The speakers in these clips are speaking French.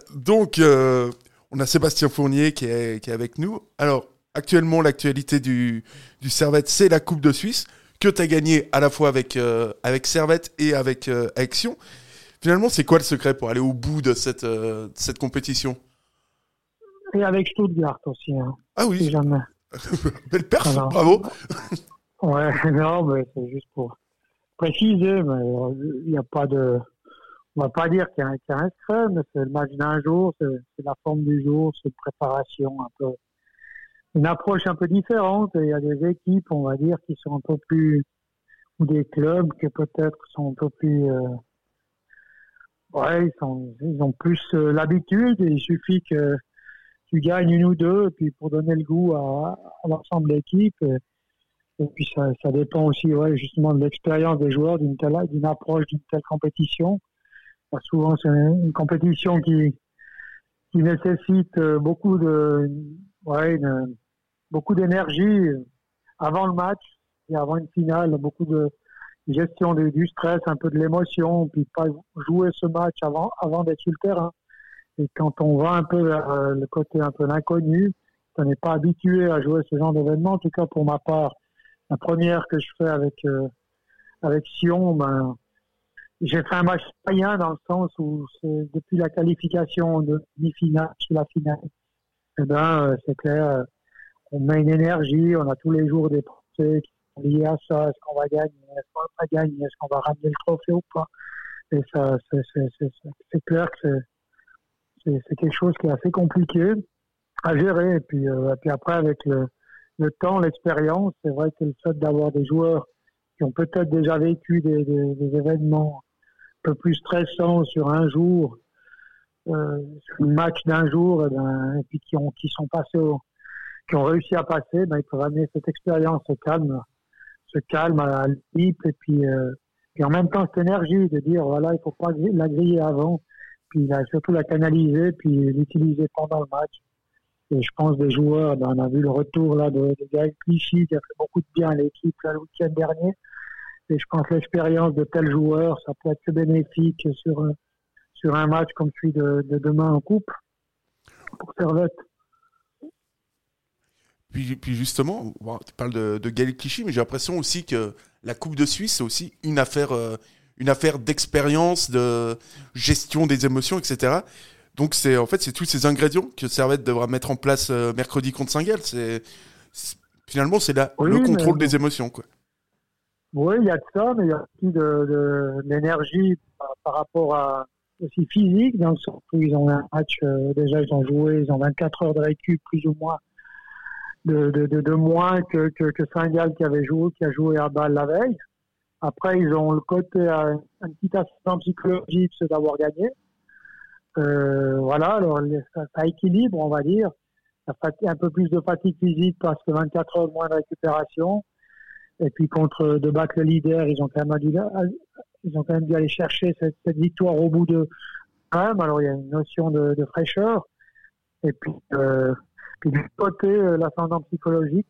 Donc, on a Sébastien Fournier qui est avec nous. Alors, actuellement, l'actualité du Servette, c'est la Coupe de Suisse, que tu as gagné à la fois avec Servette et avec Sion. Finalement, c'est quoi le secret pour aller au bout de cette compétition? Et avec Stuttgart aussi, hein, Ah oui, si jamais. belle perf, Alors, bravo. ouais, non, mais c'est juste pour préciser, mais il n'y a pas de... On va pas dire qu'il y a un secret, mais c'est le match d'un jour, c'est la forme du jour, c'est une préparation un peu... Une approche un peu différente. Il y a des équipes, on va dire, qui sont un peu plus... ou des clubs qui peut-être sont un peu plus... ouais, ils ont plus l'habitude et il suffit que tu gagnes une ou deux et puis pour donner le goût à l'ensemble de l'équipe. Et puis ça dépend aussi, ouais, justement de l'expérience des joueurs d'une approche d'une telle compétition. Parce que souvent, c'est une compétition qui nécessite beaucoup d'énergie avant le match et avant une finale, beaucoup de gestion du stress, un peu de l'émotion, puis pas jouer ce match avant d'être sur le terrain. Et quand on va un peu vers le côté un peu l'inconnu, on n'est pas habitué à jouer ce genre d'événement. En tout cas, pour ma part, la première que je fais avec Sion, ben, j'ai fait un match moyen dans le sens où depuis la qualification de demi-finale sur la finale, eh ben, c'est clair, on met une énergie, on a tous les jours des pensées qui sont liées à ça. Est-ce qu'on va gagner? Est-ce qu'on va pas gagner? Est-ce qu'on va ramener le trophée ou pas? Et ça, c'est clair que c'est quelque chose qui est assez compliqué à gérer. Et puis après, avec le temps, l'expérience, c'est vrai que le fait d'avoir des joueurs qui ont peut-être déjà vécu des événements un peu plus stressants sur un jour, sur le match d'un jour, et puis qui ont réussi à passer, ben, ils peuvent amener cette expérience, ce calme à l'équipe, et puis en même temps cette énergie de dire voilà, il faut pas la griller avant, puis surtout la canaliser, puis l'utiliser pendant le match. Et je pense des joueurs, ben, on a vu le retour là de Gaël Clichy qui a fait beaucoup de bien à l'équipe là, le week-end dernier. Et je pense que l'expérience de tels joueurs, ça peut être que bénéfique sur un match comme celui de demain en coupe pour Servette. Puis justement, bon, tu parles de Gaël Clichy, mais j'ai l'impression aussi que la Coupe de Suisse, c'est aussi une affaire d'expérience, de gestion des émotions, etc. Donc c'est tous ces ingrédients que Servette devra mettre en place mercredi contre Saint-Gall. Finalement, c'est là Oui, le contrôle des émotions, quoi. Oui, il y a de ça, mais il y a aussi de l'énergie par rapport à aussi physique, dans le sens où ils ont un match, déjà ils ont joué, ils ont 24 heures de récup plus ou moins de moins que Saint-Gall qui a joué à Bâle la veille. Après, ils ont le côté, un petit assistant psychologique, c'est d'avoir gagné. Voilà, alors ça équilibre, on va dire. Un peu plus de fatigue physique parce que 24 heures de moins de récupération. Et puis contre de battre le leader, ils ont quand même dû aller chercher cette victoire au bout de quand même. Alors il y a une notion de fraîcheur. Et puis du côté l'ascendant psychologique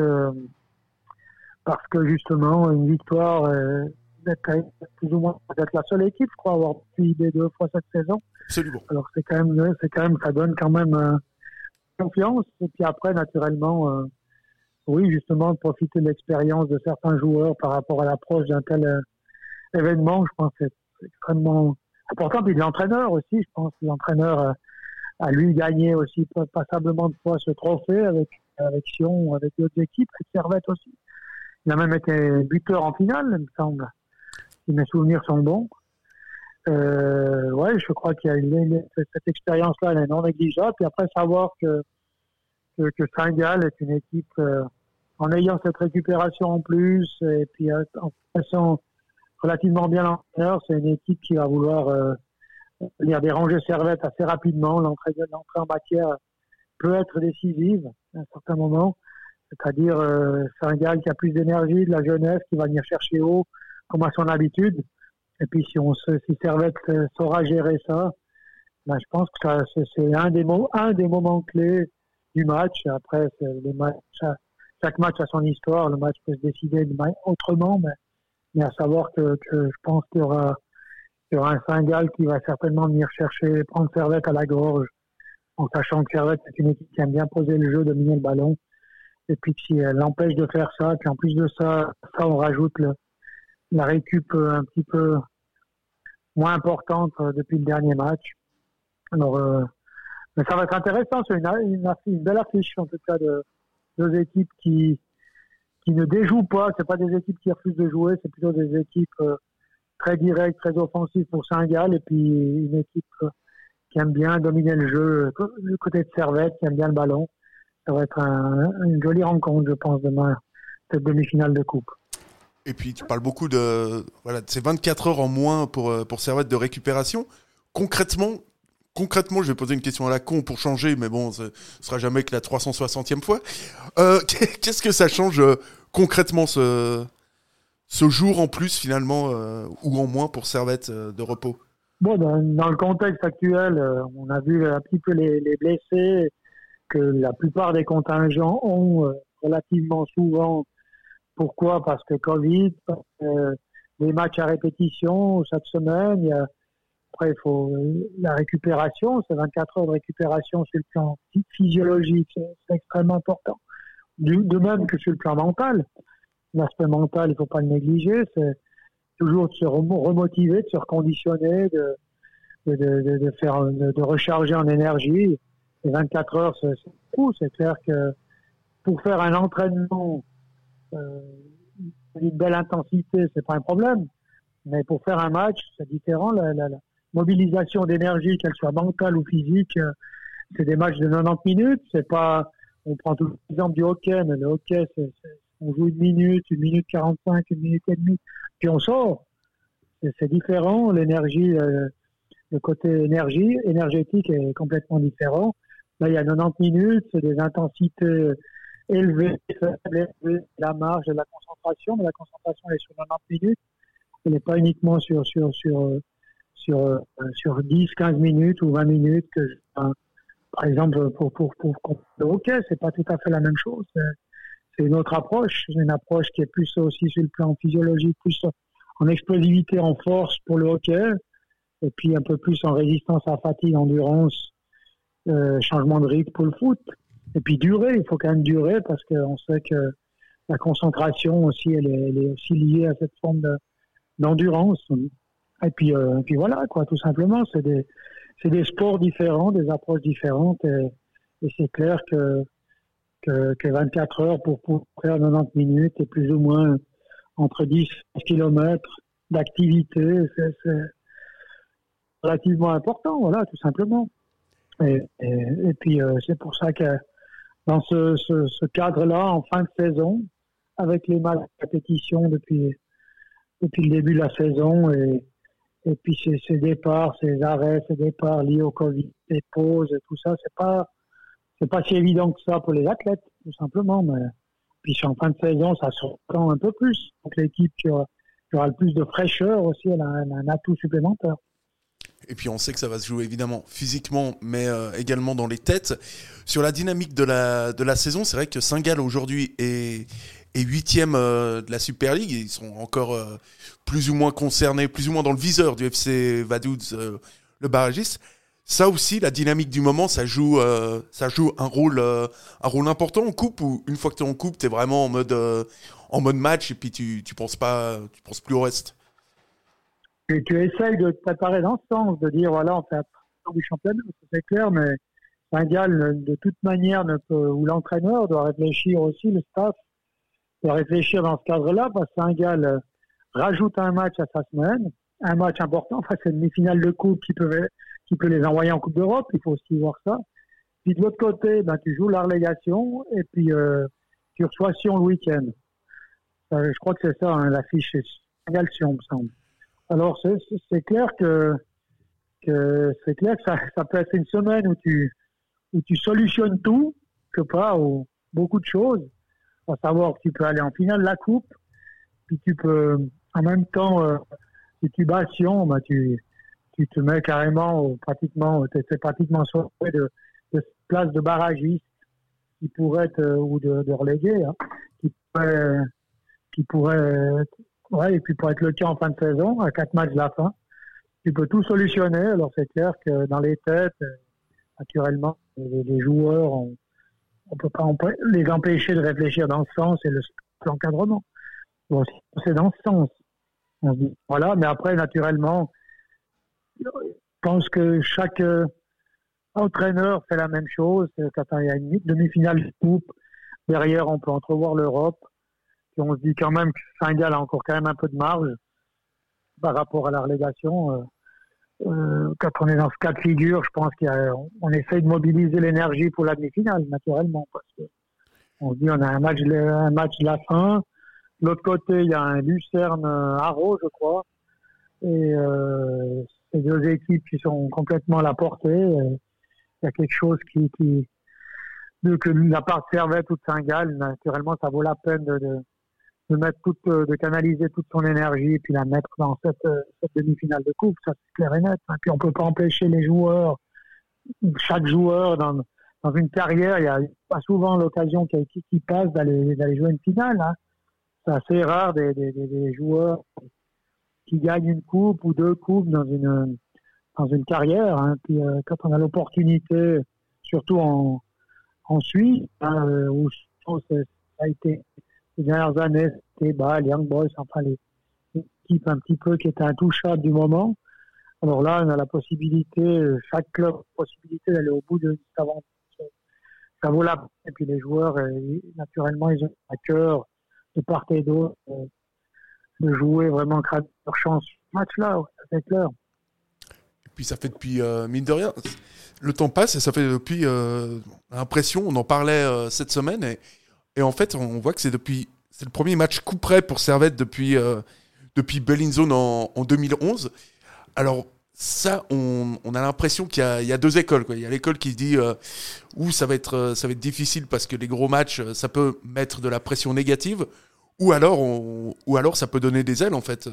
parce que justement une victoire d'être plus ou moins peut-être la seule équipe, je crois, à avoir battu deux fois cette saison. Absolument. Alors c'est quand même ça donne quand même confiance. Et puis après naturellement. Oui, justement, de profiter de l'expérience de certains joueurs par rapport à l'approche d'un tel événement, je pense que c'est extrêmement important. Puis de l'entraîneur aussi, je pense que l'entraîneur a lui gagné aussi passablement de fois ce trophée avec Sion, avec d'autres équipes, avec Servette aussi. Il a même été buteur en finale, il me semble, si mes souvenirs sont bons. Ouais, je crois qu'il y a cette expérience-là, elle est non négligeable. Puis après, savoir que Saint-Gall est une équipe en ayant cette récupération en plus et puis en faisant relativement bien l'entraîneur, c'est une équipe qui va vouloir venir déranger Servette assez rapidement. L'entrée en matière peut être décisive à un certain moment, c'est-à-dire Saint-Gall qui a plus d'énergie, de la jeunesse qui va venir chercher haut comme à son habitude. Et puis si Servette saura gérer ça, ben, je pense que c'est un des moments clés du match. Après, chaque match a son histoire. Le match peut se décider autrement, mais à savoir que je pense qu'il y aura sur un Saint-Gall qui va certainement venir prendre Servette à la gorge, en sachant que Servette est une équipe qui aime bien poser le jeu, dominer le ballon. Et puis si elle l'empêche de faire ça, puis en plus de ça, on rajoute la récup un petit peu moins importante depuis le dernier match. Alors, mais ça va être intéressant, c'est une belle affiche en tout cas de deux équipes qui ne déjouent pas. C'est pas des équipes qui refusent de jouer, c'est plutôt des équipes très directes, très offensives pour Saint-Gall, et puis une équipe qui aime bien dominer le jeu, du côté de Servette, qui aime bien le ballon. Ça va être une jolie rencontre, je pense, demain, cette demi-finale de coupe. Et puis tu parles beaucoup de ces 24 heures en moins pour Servette de récupération. Concrètement, je vais poser une question à la con pour changer, mais bon, ce sera jamais que la 360e fois. Qu'est-ce que ça change concrètement ce jour en plus finalement ou en moins pour Servette de repos? Bon, dans le contexte actuel, on a vu un petit peu les blessés que la plupart des contingents ont relativement souvent. Pourquoi? Parce que Covid, parce que les matchs à répétition chaque semaine. Après, il faut la récupération, c'est 24 heures de récupération sur le plan physiologique, c'est extrêmement important. De même que sur le plan mental. L'aspect mental, il ne faut pas le négliger, c'est toujours de se remotiver, de se reconditionner, de recharger en énergie. Les 24 heures, c'est beaucoup. C'est clair que pour faire un entraînement d'une belle intensité, c'est pas un problème. Mais pour faire un match, c'est différent. La mobilisation d'énergie, qu'elle soit mentale ou physique, c'est des matchs de 90 minutes. C'est pas, on prend tout l'exemple du hockey, mais le hockey, on joue 1 minute 45, 1 minute et demie, puis on sort. C'est différent. L'énergie, le côté énergétique est complètement différent. Là, il y a 90 minutes, c'est des intensités élevées, la marge et la concentration, mais la concentration est sur 90 minutes. Elle n'est pas uniquement sur 10, 15 minutes ou 20 minutes par exemple, pour le hockey, c'est pas tout à fait la même chose. C'est une autre approche. C'est une approche qui est plus aussi sur le plan physiologique, plus en explosivité, en force pour le hockey, et puis un peu plus en résistance à fatigue, endurance, changement de rythme pour le foot. Et puis durée, il faut quand même durer parce qu'on sait que la concentration aussi, elle est aussi liée à cette forme d'endurance. Et puis voilà, quoi, tout simplement, c'est des sports différents, des approches différentes, et c'est clair que 24 heures pour faire 90 minutes et plus ou moins entre 10 et 15 kilomètres d'activité, c'est relativement important, voilà, tout simplement. Et puis c'est pour ça que dans ce cadre-là, en fin de saison, avec les matchs de répétition depuis le début de la saison, et puis ces départs, ces arrêts, ces départs liés au Covid, ces pauses, et tout ça, c'est pas si évident que ça pour les athlètes, tout simplement. Mais puis en fin de saison, ça se ressent un peu plus. Donc l'équipe qui aura le plus de fraîcheur aussi, elle a un atout supplémentaire. Et puis on sait que ça va se jouer évidemment physiquement, mais également dans les têtes. Sur la dynamique de la saison, c'est vrai que Saint-Gall aujourd'hui est 8e de la Super League. Ils sont encore plus ou moins concernés, plus ou moins dans le viseur du FC Vaduz, le barragiste. Ça aussi, la dynamique du moment, ça joue un rôle important en coupe, ou une fois que tu es en coupe, tu es vraiment en mode match et puis tu penses plus au reste. Et tu essayes de te préparer dans ce sens, de dire voilà, on fait un tour du championnat, c'est clair, mais Saint-Gall, de toute manière, ou l'entraîneur doit réfléchir aussi, le staff doit réfléchir dans ce cadre-là, parce que Saint-Gall rajoute un match à sa semaine, un match important, enfin, c'est une demi-finale de coupe qui peut les envoyer en Coupe d'Europe, il faut aussi voir ça. Puis de l'autre côté, tu joues la relégation, et puis tu reçois Sion le week-end. Je crois que c'est ça, hein, l'affiche, c'est Saint-Gall-Sion, me semble. Alors, c'est clair que ça peut être une semaine où tu solutionnes tout, ou beaucoup de choses, à savoir que tu peux aller en finale de la coupe, puis tu peux, en même temps, si tu bats Sion, tu te mets carrément, t'es pratiquement sauvé de place de barragiste qui pourrait être, ou de relégué, hein, qui pourrait et puis pour être le cas en fin de saison, à 4 matchs de la fin. tu peux tout solutionner. Alors c'est clair que dans les têtes, naturellement, les joueurs, on peut pas les empêcher de réfléchir dans ce sens et l'encadrement. Bon, c'est dans ce sens. On se dit, voilà, mais après, naturellement, je pense que chaque entraîneur fait la même chose. Quand il y a une demi-finale de coupe, derrière, on peut entrevoir l'Europe. Et on se dit quand même que Saint-Gall a encore quand même un peu de marge par rapport à la relégation. Quand on est dans ce cas de figure, je pense qu'on essaye de mobiliser l'énergie pour la demi-finale, naturellement. Parce que on se dit on a un match de la fin. De l'autre côté, il y a un Lucerne-Haro, je crois. Et ces deux équipes qui sont complètement à la portée. Il y a quelque chose que la part de Servette ou de Saint-Gall, naturellement, ça vaut la peine de mettre de canaliser toute son énergie et puis la mettre dans cette demi-finale de coupe, ça c'est clair et net. Et puis on peut pas empêcher les joueurs, chaque joueur dans une carrière, il y a pas souvent l'occasion qui passe d'aller jouer une finale. Hein. C'est assez rare des joueurs qui gagnent une coupe ou deux coupes dans une carrière. Hein. Puis quand on a l'opportunité, surtout en Suisse, hein, où ça a été les dernières années, c'était les Young Boys, enfin les équipes un petit peu qui étaient intouchables du moment. Alors là, on a la possibilité, chaque club a la possibilité d'aller au bout de cette aventure. Ça vaut la peine. Et puis les joueurs, naturellement, ils ont à cœur de part et d'autre de jouer vraiment leur chance ce match-là, ça c'est clair. Et puis ça fait depuis, mine de rien, le temps passe et ça fait depuis l'impression, on en parlait cette semaine et en fait on voit que c'est le premier match coup près pour Servette depuis Bellinzone en 2011. Alors ça, on a l'impression qu'il y a deux écoles, quoi. Il y a l'école qui se dit ça va être difficile parce que les gros matchs, ça peut mettre de la pression négative, ou alors ça peut donner des ailes en fait.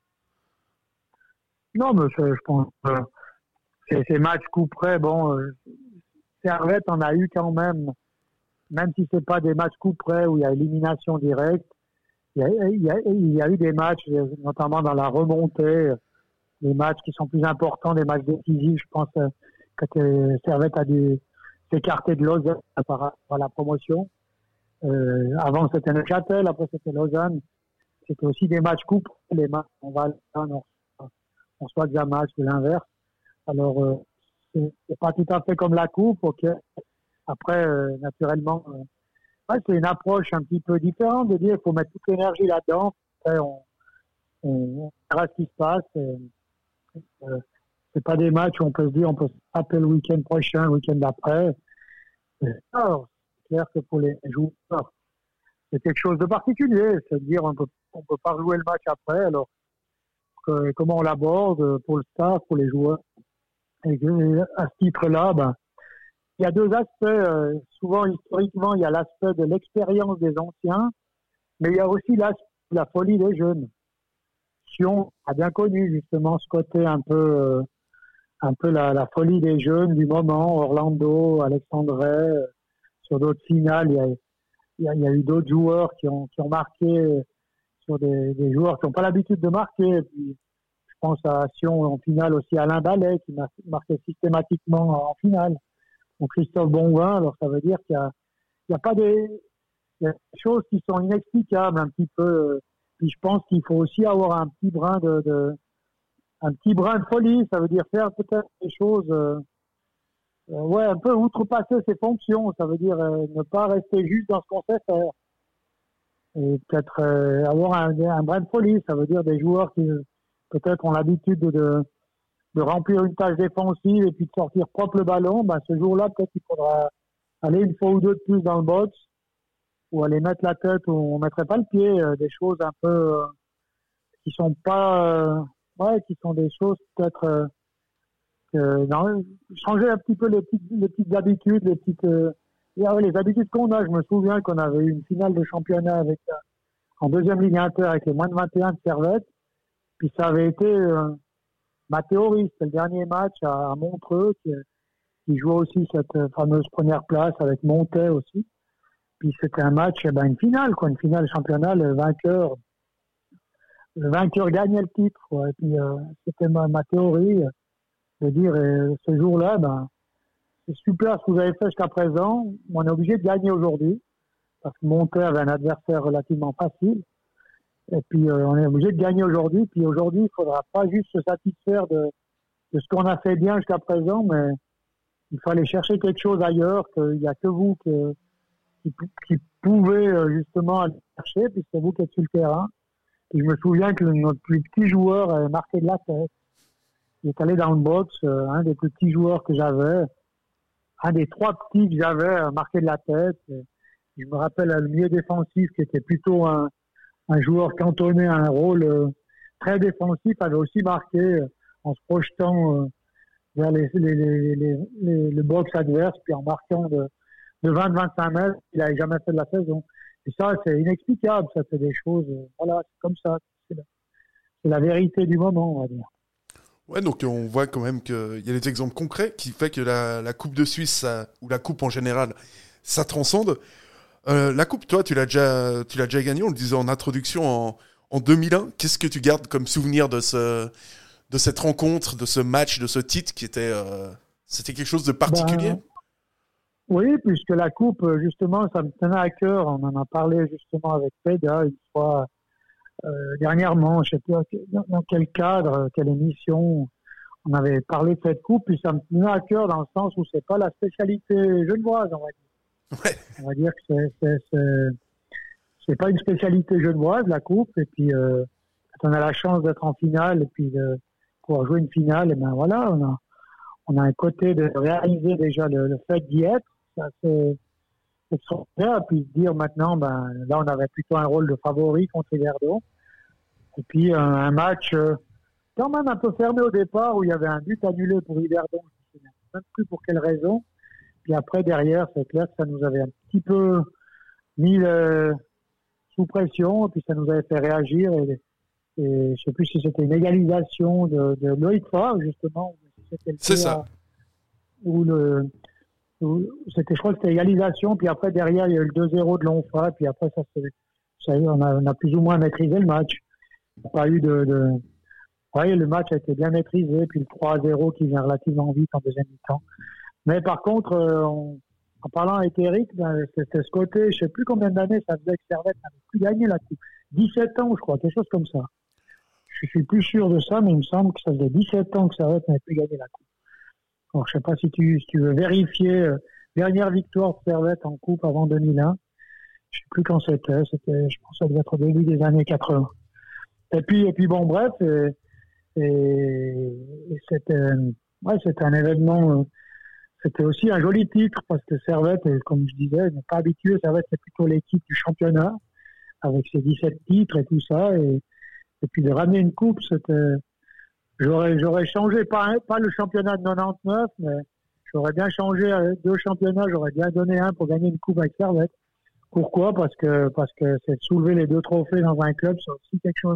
Non, mais je pense que ces matchs coup près, Servette en a eu quand même si c'est pas des matchs coup près où il y a élimination directe, il y a eu des matchs, notamment dans la remontée, des matchs qui sont plus importants, des matchs décisifs. Je pense que Servette a dû s'écarter de Lausanne par rapport à la promotion. Avant c'était Neuchâtel, après c'était Lausanne. C'était aussi des matchs coupe. Les matchs, on soit de match ou l'inverse. Alors c'est pas tout à fait comme la coupe. Ok. Après naturellement, c'est une approche un petit peu différente de dire qu'il faut mettre toute l'énergie là-dedans. Après on verra ce qui se passe. C'est pas des matchs où on peut se dire on peut s'appeler le week-end prochain, le week-end d'après. Alors, c'est clair que pour les joueurs, c'est quelque chose de particulier. C'est-à-dire on peut pas jouer le match après. Alors, comment on l'aborde pour le staff, pour les joueurs. Et à ce titre-là, il y a deux aspects. Souvent, historiquement, il y a l'aspect de l'expérience des anciens, mais il y a aussi l'aspect de la folie des jeunes. Sion a bien connu justement ce côté un peu la folie des jeunes du moment. Orlando, Alexandre, sur d'autres finales, il y a eu d'autres joueurs qui ont marqué sur des joueurs qui n'ont pas l'habitude de marquer. Et puis, je pense à Sion en finale aussi, Alain Ballet qui marquait systématiquement en finale. Donc Christophe Bonvin, alors ça veut dire qu'il y a pas il y a des choses qui sont inexplicables un petit peu. Puis je pense qu'il faut aussi avoir un petit brin de folie. Ça veut dire faire peut-être des choses, un peu outrepasser ses fonctions. Ça veut dire ne pas rester juste dans ce qu'on sait faire. Et peut-être avoir un brin de folie. Ça veut dire des joueurs qui peut-être ont l'habitude de remplir une tâche défensive et puis de sortir propre le ballon. Ce jour-là, peut-être qu'il faudra aller une fois ou deux de plus dans le box, ou aller mettre la tête où on mettrait pas le pied, des choses un peu qui sont pas qui sont des choses peut-être changer un petit peu les petites habitudes, les habitudes qu'on a. Je me souviens qu'on avait eu une finale de championnat en deuxième ligue inter avec les moins de 21 de Servette, puis ça avait été ma théorie, c'était le dernier match à Montreux qui jouait aussi cette fameuse première place avec Montet aussi. Puis c'était un match, une finale championnat, le vainqueur le vainqueur gagnait le titre. Quoi. Et puis, c'était ma théorie de dire, ce jour-là, c'est super ce que vous avez fait jusqu'à présent. On est obligé de gagner aujourd'hui parce que mon père avait un adversaire relativement facile. Et puis, on est obligé de gagner aujourd'hui. Puis aujourd'hui, il ne faudra pas juste se satisfaire de ce qu'on a fait bien jusqu'à présent, mais il fallait chercher quelque chose ailleurs, qu'il n'y a que vous qui pouvez justement aller chercher, puis c'est vous qui êtes sur le terrain. Et je me souviens que notre plus petit joueur avait marqué de la tête. Il est allé dans le box, un des plus petits joueurs que j'avais, un des 3 petits que j'avais marqué de la tête. Et je me rappelle le milieu défensif qui était plutôt un joueur cantonné à un rôle très défensif, avait aussi marqué en se projetant vers le box adverse, puis en marquant de 20-25 mètres. Il n'avait jamais fait de la saison. Et ça, c'est inexplicable. Ça, c'est des choses, voilà, c'est comme ça. C'est la vérité du moment, on va dire. Ouais, donc on voit quand même qu'il y a des exemples concrets qui fait que la Coupe de Suisse, ou la Coupe en général, ça transcende. La Coupe, toi, tu l'as déjà gagnée, on le disait en introduction, en 2001. Qu'est-ce que tu gardes comme souvenir de cette rencontre, de ce match, de ce titre qui était... c'était quelque chose de particulier? Oui, puisque la Coupe, justement, ça me tenait à cœur. On en a parlé justement avec Peda une fois dernièrement. Je ne sais plus dans quel cadre, quelle émission on avait parlé de cette Coupe. Puis ça me tenait à cœur dans le sens où c'est pas la spécialité genevoise, on va dire. Ouais. On va dire que c'est pas une spécialité genevoise, la Coupe. Et puis, quand on a la chance d'être en finale et puis de pouvoir jouer une finale, et ben voilà, on a un côté de réaliser déjà le fait d'y être. Ça, c'est extraordinaire. Puis se dire maintenant, là, on avait plutôt un rôle de favori contre Yverdon. Et puis, un match quand même un peu fermé au départ où il y avait un but annulé pour Yverdon. Je ne sais même plus pour quelle raison. Puis après, derrière, c'est clair que ça nous avait un petit peu mis sous pression. Et puis, ça nous avait fait réagir. Et je ne sais plus si c'était une égalisation de Loïc Favre, justement. C'est ça. Je crois que c'était égalisation, puis après derrière il y a eu le 2-0 de Lonfa, puis après ça y est, on a plus ou moins maîtrisé le match. Il n'y a pas eu ouais, le match a été bien maîtrisé, puis le 3-0 qui vient relativement vite en deuxième mi-temps. Mais par contre, en parlant avec Eric, c'était ce côté, je ne sais plus combien d'années ça faisait que Servette n'avait plus gagné la Coupe. 17 ans, je crois, quelque chose comme ça. Je suis plus sûr de ça, mais il me semble que ça faisait 17 ans que Servette n'avait plus gagné la Coupe. Alors, je ne sais pas si tu veux vérifier dernière victoire de Servette en Coupe avant 2001. Je ne sais plus quand c'était. Je pense que ça devait être au début des années 80. Et puis bon, bref, c'était un événement. C'était aussi un joli titre parce que Servette, comme je disais, n'est pas habitué. Servette, c'est plutôt l'équipe du championnat avec ses 17 titres et tout ça. Et puis de ramener une coupe, c'était... J'aurais changé, pas le championnat de 99, mais j'aurais bien changé 2 championnats. J'aurais bien donné un pour gagner une coupe avec Servette. Pourquoi? Parce que c'est de soulever les 2 trophées dans un club, c'est aussi quelque chose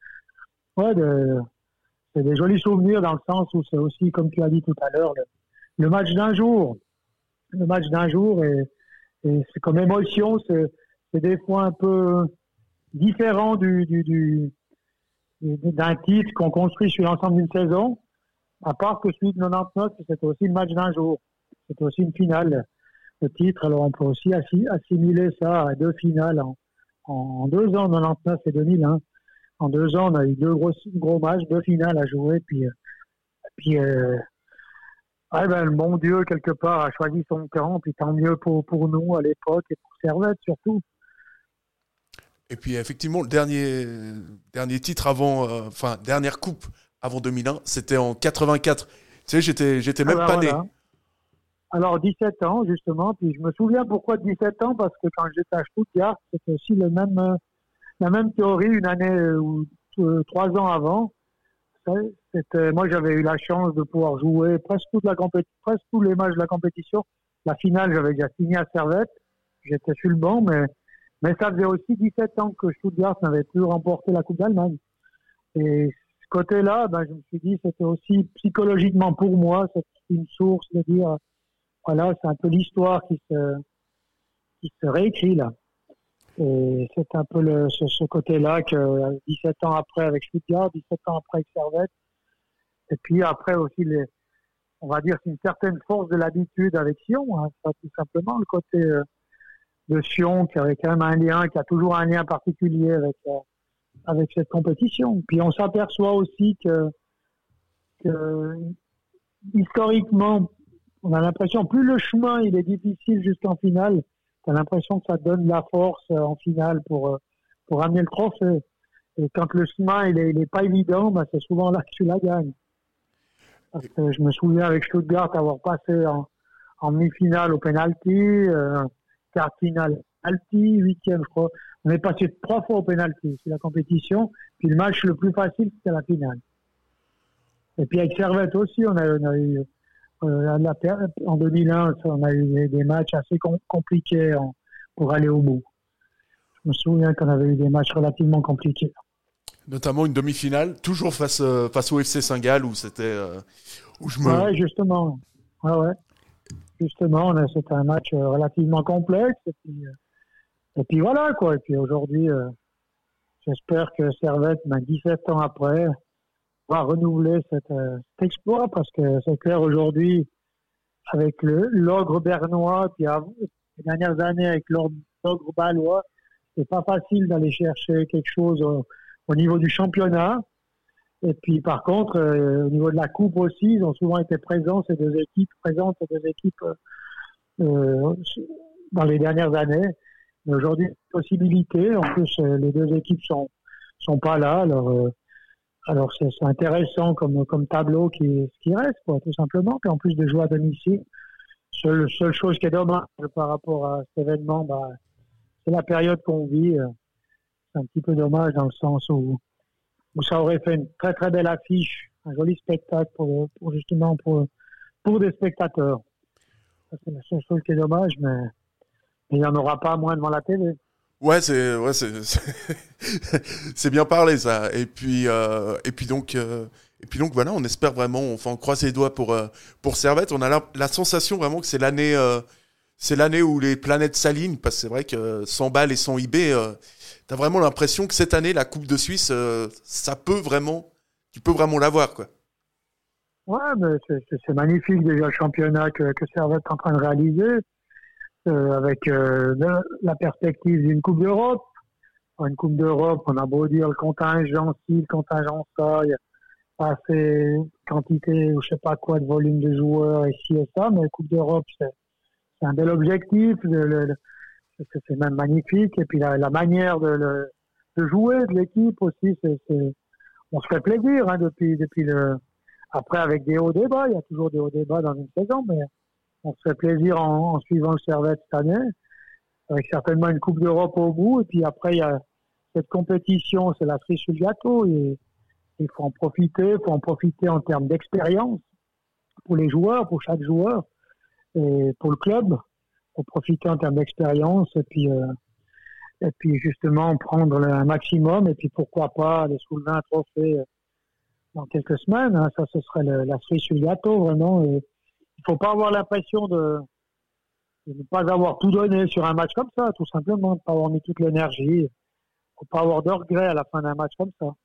c'est des jolis souvenirs dans le sens où c'est aussi, comme tu as dit tout à l'heure, le match d'un jour. Le match d'un jour et c'est comme émotion, c'est des fois un peu différent d'un titre qu'on construit sur l'ensemble d'une saison, à part que celui de 99, c'était aussi le match d'un jour. C'était aussi une finale, le titre. Alors on peut aussi assimiler ça à 2 finales en 2 ans, 99 et 2001. En 2 ans, on a eu 2 gros matchs, 2 finales à jouer. Puis le bon Dieu, quelque part, a choisi son camp. Puis tant mieux pour nous à l'époque et pour Servette surtout. Et puis effectivement, le dernier titre dernière coupe avant 2001, c'était en 84. Tu sais, j'étais même pas né. Alors 17 ans justement, puis je me souviens pourquoi 17 ans, parce que quand j'étais à Stuttgart, c'était aussi la même théorie une année ou 3 ans avant. Moi j'avais eu la chance de pouvoir jouer presque tous les matchs de la compétition. La finale, j'avais déjà signé à Servette, j'étais sur le banc, mais ça faisait aussi 17 ans que Stuttgart n'avait plus remporté la Coupe d'Allemagne. Et ce côté-là, je me suis dit, c'était aussi psychologiquement pour moi, c'est une source de dire, voilà, c'est un peu l'histoire qui se réécrit là. Et c'est un peu ce côté-là que 17 ans après avec Stuttgart, 17 ans après avec Servette, et puis après aussi on va dire c'est une certaine force de l'habitude avec Sion, hein, ça, tout simplement le côté de Sion qui avait quand même un lien, qui a toujours un lien particulier avec cette compétition. Puis on s'aperçoit aussi que historiquement, on a l'impression plus le chemin il est difficile jusqu'en finale, tu as l'impression que ça donne de la force en finale pour amener le trophée. Et quand le chemin il est pas évident, bah, c'est souvent là que tu la gagnes. Parce que je me souviens avec Stuttgart avoir passé en demi-finale au penalty, quart finale penalty, huitième je crois. On est passé 3 fois au penalty, c'est la compétition. Puis le match le plus facile c'était la finale. Et puis avec Servette aussi, on a eu en 2001, on a eu des matchs assez compliqués pour aller au bout. Je me souviens qu'on avait eu des matchs relativement compliqués. Notamment une demi-finale, toujours face au FC Saint-Gall, où c'était... Ouais, justement. Ouais. Justement, c'était un match relativement complexe. Et puis voilà, quoi. Et puis aujourd'hui, j'espère que Servette, 17 ans après, va renouveler cet exploit, parce que c'est clair aujourd'hui, avec l'ogre bernois, puis les dernières années avec l'ogre balois, c'est pas facile d'aller chercher quelque chose au niveau du championnat. Et puis par contre, au niveau de la coupe aussi, ils ont souvent été présents, ces deux équipes dans les dernières années. Mais aujourd'hui, possibilité. En plus, les deux équipes sont pas là. Alors c'est intéressant comme tableau qui reste, quoi, tout simplement. Puis en plus de jouer à domicile, seule chose qui est dommage par rapport à cet événement, bah, c'est la période qu'on vit. C'est un petit peu dommage dans le sens où ça aurait fait une très très belle affiche, un joli spectacle pour des spectateurs. Ça, c'est la seule chose qui est dommage, mais il n'y en aura pas moins devant la télé. Ouais, c'est bien parlé ça. Et puis donc voilà, on espère vraiment, enfin on croise les doigts pour Servette. On a la sensation vraiment que c'est l'année où les planètes s'alignent, parce que c'est vrai que sans Bâle et sans IB, t'as vraiment l'impression que cette année la Coupe de Suisse, tu peux vraiment l'avoir, quoi. Ouais, mais c'est magnifique déjà le championnat que Servette est en train de réaliser. Avec la perspective d'une Coupe d'Europe. Une Coupe d'Europe, on a beau dire le contingent ci, le contingent ça, il y a pas assez quantité ou je sais pas quoi de volume de joueurs ici et ça, mais la Coupe d'Europe, c'est un bel objectif, c'est même magnifique. Et puis la manière de jouer de l'équipe aussi, on se fait plaisir hein, depuis après avec des hauts débats, il y a toujours des hauts débats dans une saison, mais on se fait plaisir en suivant le Servette cette année, avec certainement une Coupe d'Europe au bout. Et puis après, il y a cette compétition, c'est la cerise sur le gâteau. Et il faut en profiter en termes d'expérience pour les joueurs, pour chaque joueur, et pour le club, pour profiter en termes d'expérience. Et puis justement, prendre un maximum. Et puis pourquoi pas aller soulever un trophée dans quelques semaines. Hein. Ça, ce serait la cerise sur le gâteau, vraiment. Et, il ne faut pas avoir l'impression de ne pas avoir tout donné sur un match comme ça, tout simplement, de ne pas avoir mis toute l'énergie. Il ne faut pas avoir de regrets à la fin d'un match comme ça.